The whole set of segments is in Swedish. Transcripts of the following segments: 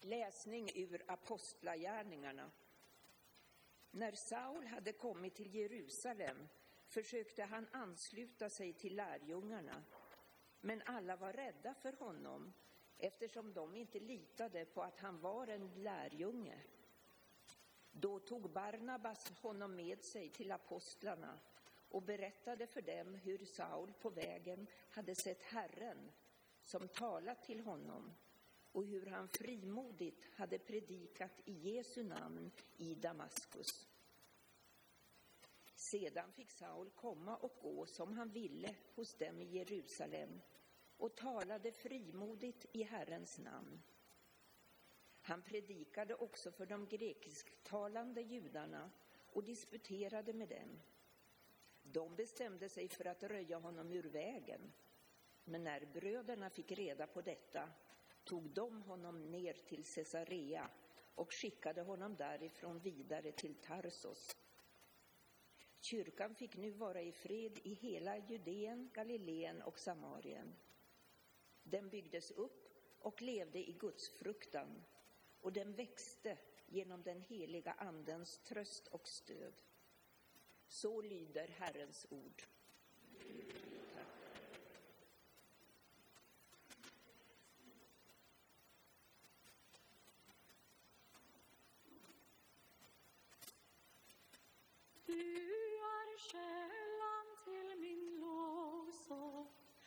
Läsning ur Apostlagärningarna. När Saul hade kommit till Jerusalem försökte han ansluta sig till lärjungarna, men alla var rädda för honom eftersom de inte litade på att han var en lärjunge. Då tog Barnabas honom med sig till apostlarna och berättade för dem hur Saul på vägen hade sett Herren som talat till honom och hur han frimodigt hade predikat i Jesu namn i Damaskus. Sedan fick Saul komma och gå som han ville hos dem i Jerusalem och talade frimodigt i Herrens namn. Han predikade också för de grekisktalande judarna och disputerade med dem. De bestämde sig för att röja honom ur vägen, men när bröderna fick reda på detta tog de honom ner till Caesarea och skickade honom därifrån vidare till Tarsos. Kyrkan fick nu vara i fred i hela Judeen, Galileen och Samarien. Den byggdes upp och levde i Guds fruktan, och den växte genom den heliga andens tröst och stöd. Så lyder Herrens ord. Du är källan till min lovsång,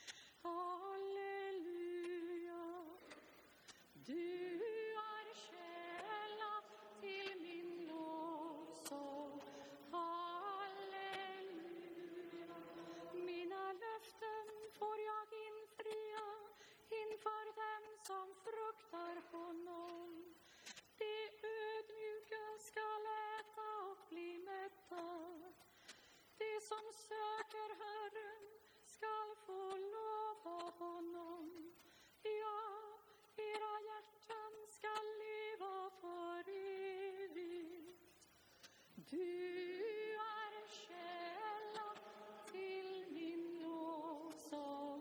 halleluja. Du är källan till min lovsång, halleluja. Mina löften får jag infria inför dem som fruktar honom. De ödmjuka skall äta och bli mätta. De som söker Herren skall få lova honom. Ja, era hjärtan skall leva för evigt. Du är källan till min lovsång,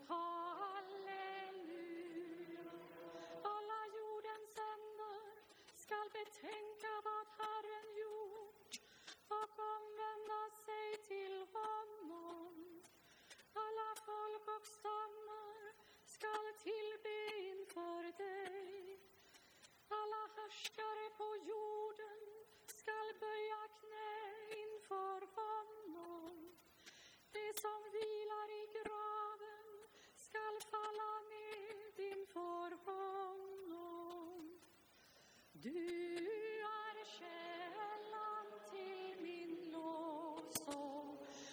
halleluja. Alla jordens ändar skall betänka vad Herren gjort och omvända sig till honom. Alla folk och stammar skall tillbe inför dig. Alla härskare på jorden skall böja knä inför honom. De som vilar i graven skall falla ned inför honom. Du är källan till min lovsång,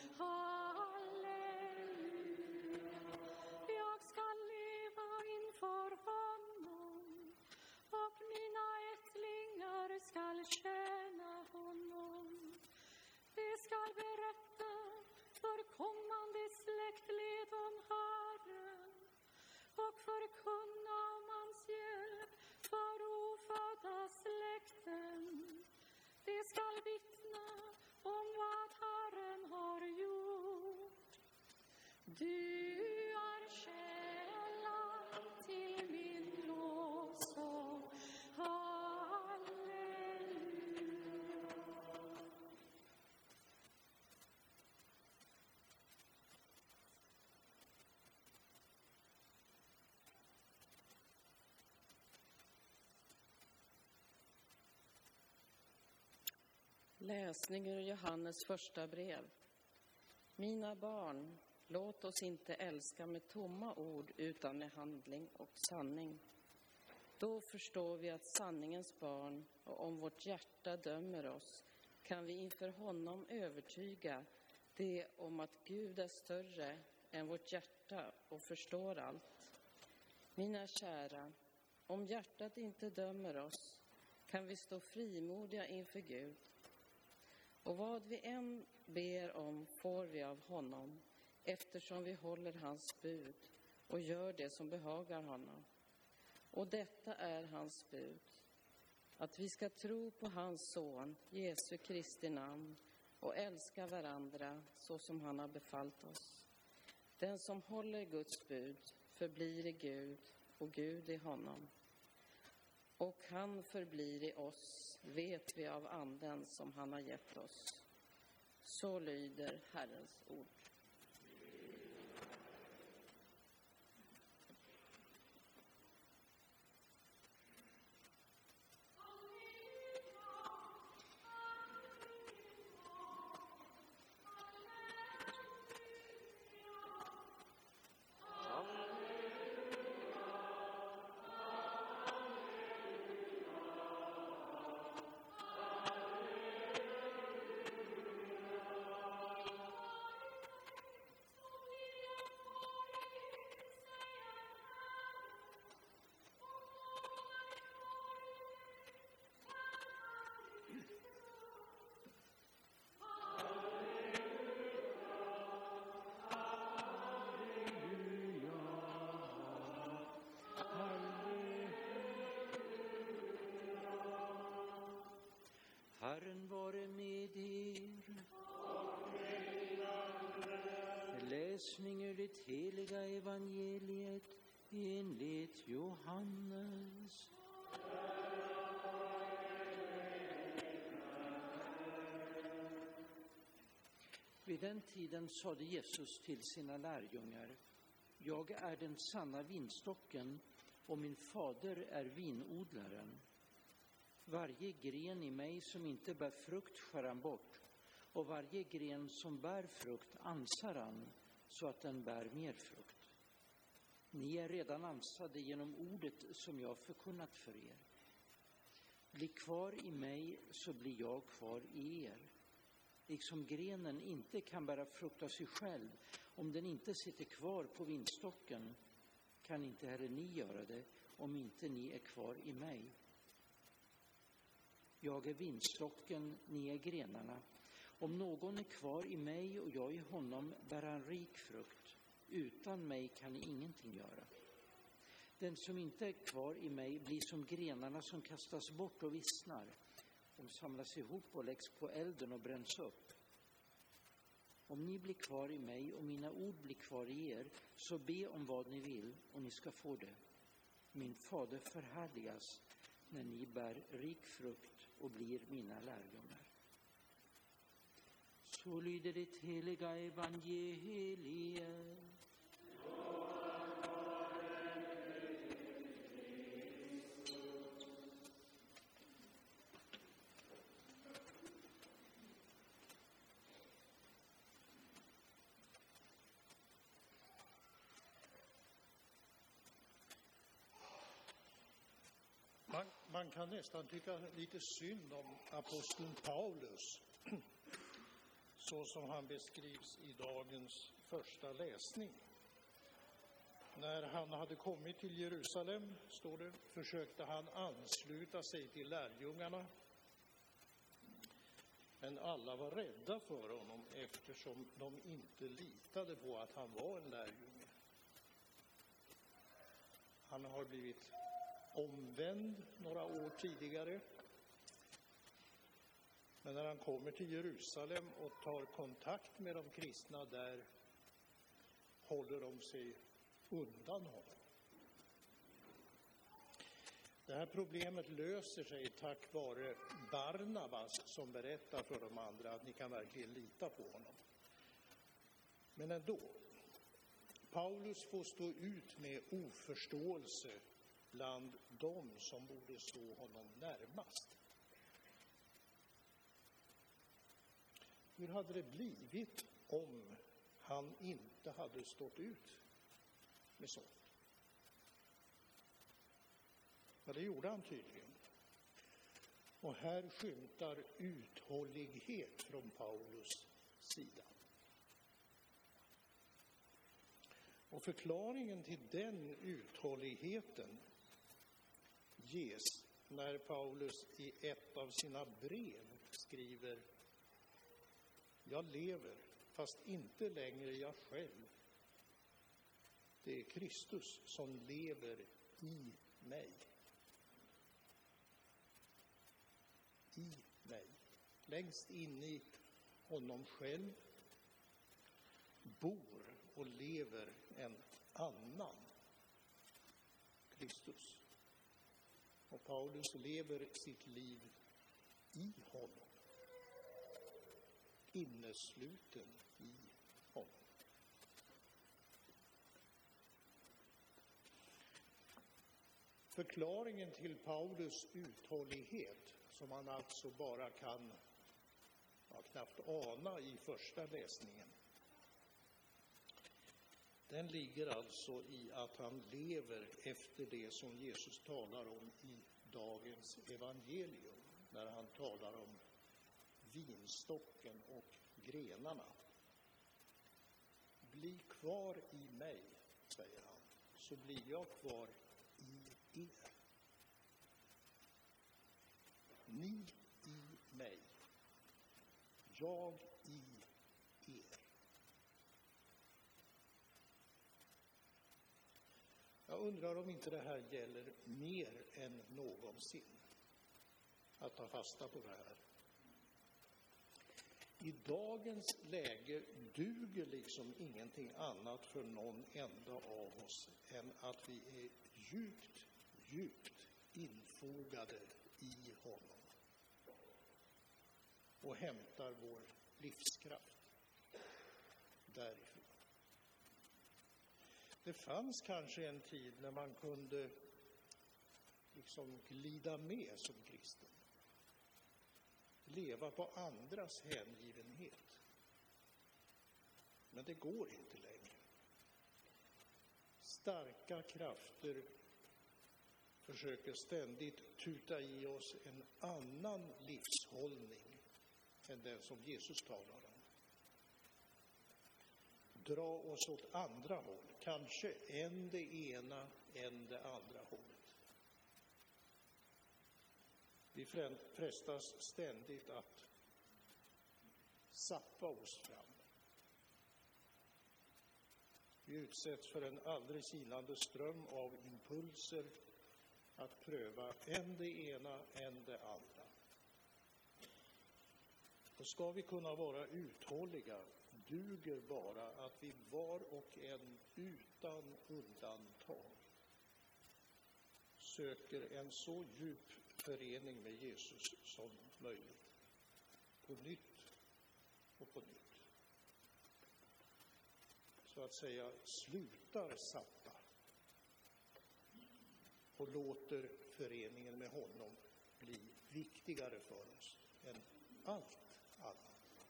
halleluja. Jag ska leva inför honom och mina ättlingar skall tjäna honom. De skall berätta för kommande släktled om Herren och förkunna om hans hjälp för ofödda släkten. De skall vittna om vad Herren har gjort. Du är källan till min lovsång, halleluja. Läsning ur Johannes första brev. Mina barn, låt oss inte älska med tomma ord utan med handling och sanning. Då förstår vi att sanningens barn, och om vårt hjärta dömer oss kan vi inför honom övertyga det om att Gud är större än vårt hjärta och förstår allt. Mina kära, om hjärtat inte dömer oss kan vi stå frimodiga inför Gud. Och vad vi än ber om får vi av honom, eftersom vi håller hans bud och gör det som behagar honom. Och detta är hans bud, att vi ska tro på hans son, Jesu Kristi namn, och älska varandra så som han har befallt oss. Den som håller Guds bud förblir i Gud och Gud i honom. Och han förblir i oss, vet vi av anden som han har gett oss. Så lyder Herrens ord. Herren vare med er. Läsning ur det heliga evangeliet enligt Johannes. Vid den tiden sade Jesus till sina lärjungar: Jag är den sanna vinstocken och min fader är vinodlaren. Varje gren i mig som inte bär frukt skär han bort, och varje gren som bär frukt ansar han, så att den bär mer frukt. Ni är redan ansade genom ordet som jag förkunnat för er. Bli kvar i mig, så blir jag kvar i er. Liksom grenen inte kan bära frukt av sig själv om den inte sitter kvar på vinstocken, kan inte heller ni göra det om inte ni är kvar i mig. Jag är vinstocken, ni är grenarna. Om någon är kvar i mig och jag i honom bär han rik frukt. Utan mig kan ni ingenting göra. Den som inte är kvar i mig blir som grenarna som kastas bort och vissnar. De samlas ihop och läggs på elden och bränns upp. Om ni blir kvar i mig och mina ord blir kvar i er, så be om vad ni vill och ni ska få det. Min fader förhärligas när ni bär rik frukt och blir mina lärjungar. Så lyder det heliga evangeliet. Man kan nästan tycka lite synd om aposteln Paulus, så som han beskrivs i dagens första läsning. När han hade kommit till Jerusalem, står det, försökte han ansluta sig till lärjungarna. Men alla var rädda för honom eftersom de inte litade på att han var en lärjunge. Han har blivit omvänd några år tidigare. Men när han kommer till Jerusalem och tar kontakt med de kristna där, håller de sig undan honom. Det här problemet löser sig tack vare Barnabas som berättar för de andra att ni kan verkligen lita på honom. Men ändå, Paulus får stå ut med oförståelse bland dem som borde stå honom närmast. Hur hade det blivit om han inte hade stått ut med sånt? Ja, det gjorde han tydligen. Och här skymtar uthållighet från Paulus sida. Och förklaringen till den uthålligheten ges när Paulus i ett av sina brev skriver: Jag lever, fast inte längre jag själv. Det är Kristus som lever i mig. I mig. Längst in i honom själv bor och lever en annan, Kristus. Och Paulus lever sitt liv i honom. Innesluten i honom. Förklaringen till Paulus uthållighet, som man alltså bara kan knappt ana i första läsningen, den ligger alltså i att han lever efter det som Jesus talar om i dagens evangelium, när han talar om vinstocken och grenarna. Bli kvar i mig, säger han, så blir jag kvar i er. Ni i mig, jag i er. Jag undrar om inte det här gäller mer än någonsin, att ta fasta på det här. I dagens läge duger liksom ingenting annat för någon enda av oss än att vi är djupt, djupt infogade i honom och hämtar vår livskraft därifrån. Det fanns kanske en tid när man kunde liksom glida med som kristen. Leva på andras hängivenhet. Men det går inte längre. Starka krafter försöker ständigt tuta i oss en annan livshållning än den som Jesus talar om. Dra oss åt andra håll, kanske än det ena än det andra hållet. Vi frestas ständigt att sappa oss fram. Vi utsätts för en aldrig sinande ström av impulser att pröva än det ena än det andra. Och ska vi kunna vara uthålliga duger bara att vi var och en utan undantag söker en så djup förening med Jesus som möjligt. På nytt och på nytt. Så att säga slutar sappa och låter föreningen med honom bli viktigare för oss än allt annat.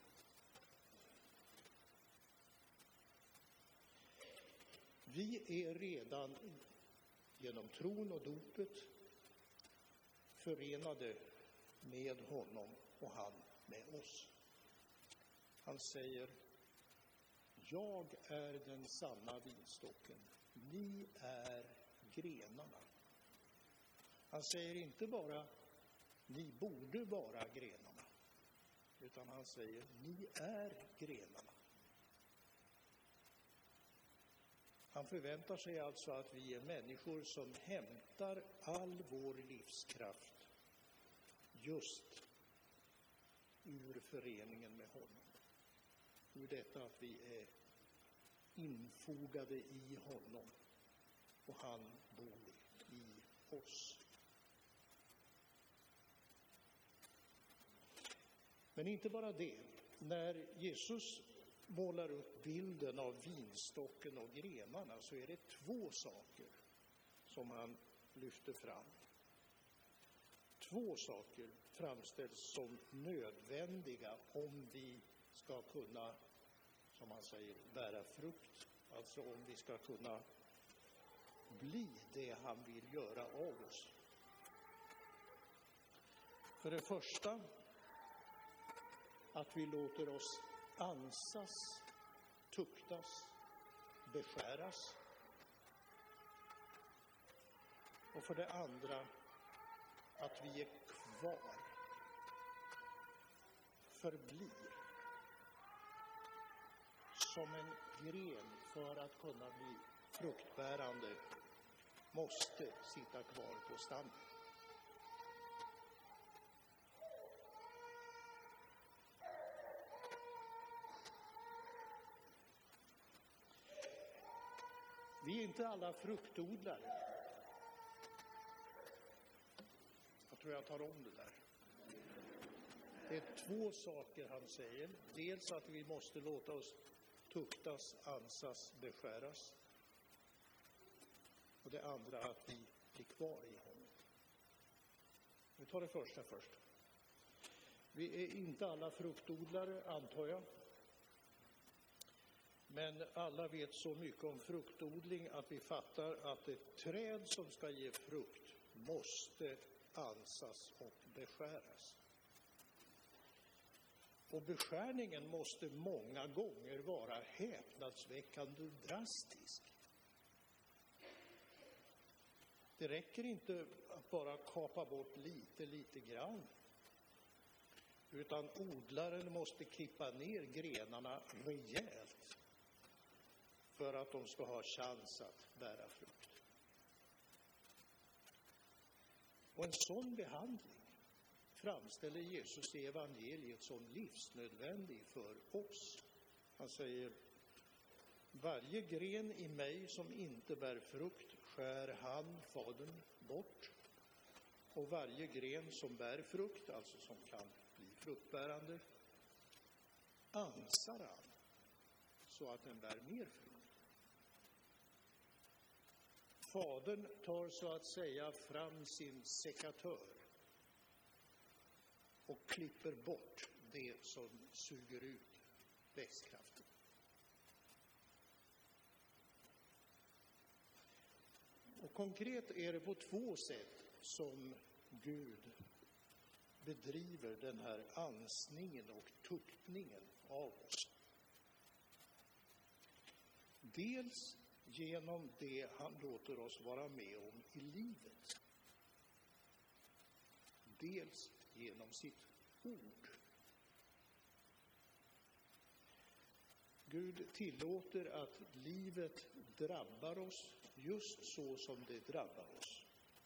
Vi är redan genom tron och dopet förenade med honom och han med oss. Han säger: jag är den sanna vinstocken, ni är grenarna. Han säger inte bara ni borde vara grenarna, utan han säger ni är grenarna. Han förväntar sig alltså att vi är människor som hämtar all vår livskraft just ur föreningen med honom. Ur detta att vi är infogade i honom och han bor i oss. Men inte bara det. När Jesus målar upp bilden av vinstocken och grenarna så är det två saker som han lyfter fram. Två saker framställs som nödvändiga om vi ska kunna, som han säger, bära frukt. Alltså om vi ska kunna bli det han vill göra av oss. För det första, att vi låter oss ansas, tuktas, beskäras. Och för det andra, att vi är kvar, förblir som en gren för att kunna bli fruktbärande måste sitta kvar på stammen. Vi är inte alla fruktodlare. tror jag tar om det där. Det är 2 saker han säger. Dels att vi måste låta oss tuktas, ansas, beskäras. Och det andra att vi blir kvar i honom. Vi tar det första först. Vi är inte alla fruktodlare, antar jag. Men alla vet så mycket om fruktodling att vi fattar att ett träd som ska ge frukt måste ansas och beskäras. Och beskärningen måste många gånger vara häpnadsväckande drastisk. Det räcker inte att bara kapa bort lite grann. Utan odlaren måste klippa ner grenarna rejält för att de ska ha chans att bära frukt. Och en sån behandling framställer Jesus i evangeliet som livsnödvändig för oss. Han säger: varje gren i mig som inte bär frukt skär han, Fadern, bort. Och varje gren som bär frukt, alltså som kan bli fruktbärande, ansar han så att den bär mer frukt. Fadern tar så att säga fram sin sekatör och klipper bort det som suger ut växtkraften. Och konkret är det på 2 sätt som Gud bedriver den här ansningen och tuktningen av oss. Dels genom det han låter oss vara med om i livet. Dels genom sitt ord. Gud tillåter att livet drabbar oss just så som det drabbar oss.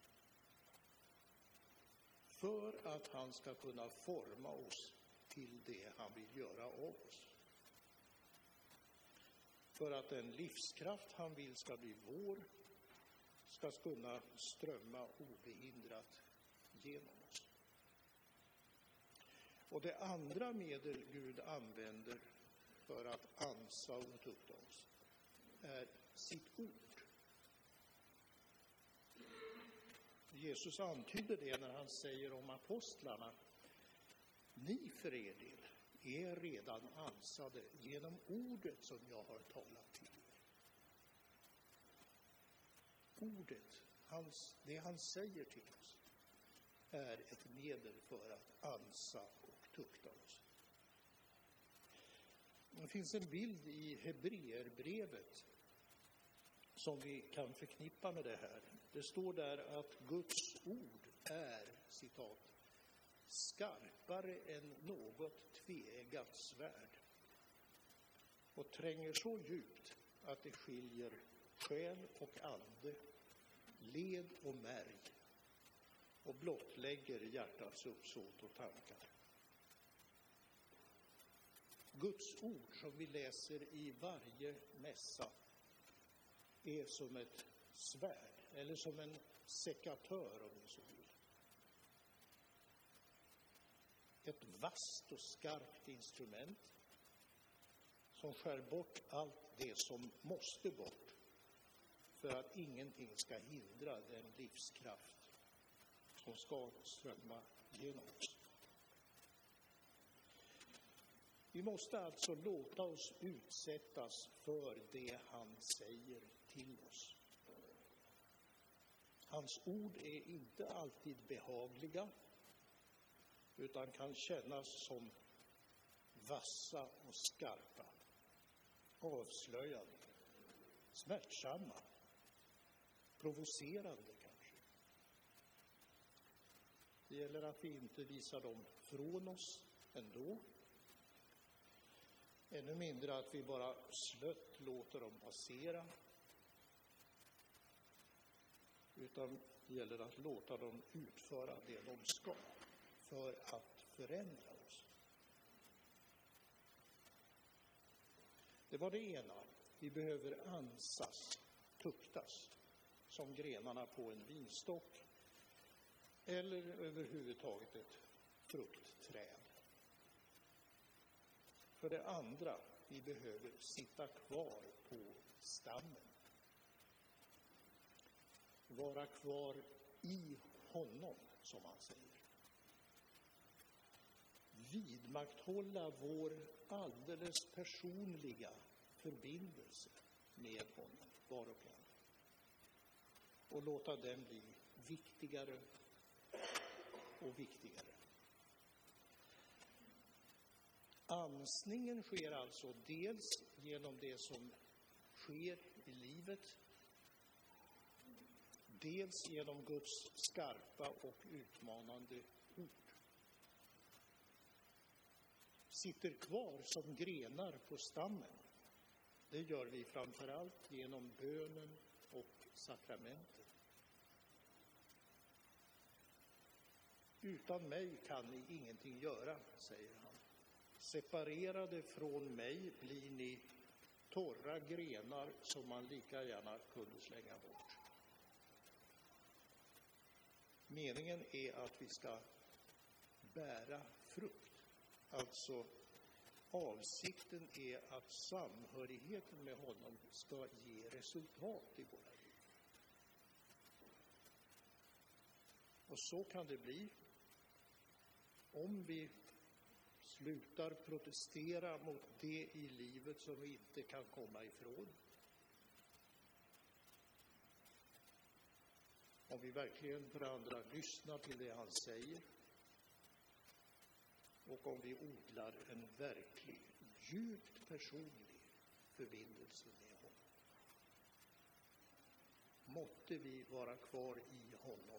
För att han ska kunna forma oss till det han vill göra av oss. För att den livskraft han vill ska bli vår ska kunna strömma obehindrat genom oss. Och det andra medel Gud använder för att ansa och tukta oss är sitt ord. Jesus antyder det när han säger om apostlarna: ni för er del är redan ansade genom ordet som jag har talat till er. Ordet, det han säger till oss, är ett medel för att ansa och tukta oss. Det finns en bild i Hebreerbrevet som vi kan förknippa med det här. Det står där att Guds ord är, citat, skarpare än något tveeggat svärd och tränger så djupt att det skiljer själ och ande, led och märg och blottlägger hjärtats uppsåt och tankar. Guds ord som vi läser i varje mässa är som ett svärd eller som en sekatör om ni så vill. Ett vasst och skarpt instrument som skär bort allt det som måste bort för att ingenting ska hindra den livskraft som ska strömma genom oss. Vi måste alltså låta oss utsättas för det han säger till oss. Hans ord är inte alltid behagliga utan kan kännas som vassa och skarpa, avslöjande, smärtsamma, provocerande kanske. Det gäller att vi inte visar dem från oss ändå. Ännu mindre att vi bara slött låter dem passera. Utan det gäller att låta dem utföra det de ska för att förändra oss. Det var det ena. Vi behöver ansas, tuktas, som grenarna på en vinstock. eller överhuvudtaget ett fruktträd. För det andra, vi behöver sitta kvar på stammen. Vara kvar i honom, som han säger. Vidmakthålla vår alldeles personliga förbindelse med honom, var och en. Och låta den bli viktigare och viktigare. Ansningen sker alltså dels genom det som sker i livet, dels genom Guds skarpa och utmanande ord. Sitter kvar som grenar på stammen. Det gör vi framförallt genom bönen och sakramenten. Utan mig kan ni ingenting göra, säger han. Separerade från mig blir ni torra grenar som man lika gärna kunde slänga bort. Meningen är att vi ska bära frukt. Alltså avsikten är att samhörigheten med honom ska ge resultat i våra liv. Och så kan det bli om vi slutar protestera mot det i livet som vi inte kan komma ifrån. Om vi verkligen för andra lyssnar till det han säger. Och om vi odlar en verklig, djupt personlig förbindelse med honom. Måtte vi vara kvar i honom,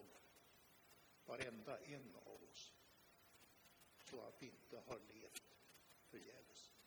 varenda en av oss, så att vi inte har levt förgäves.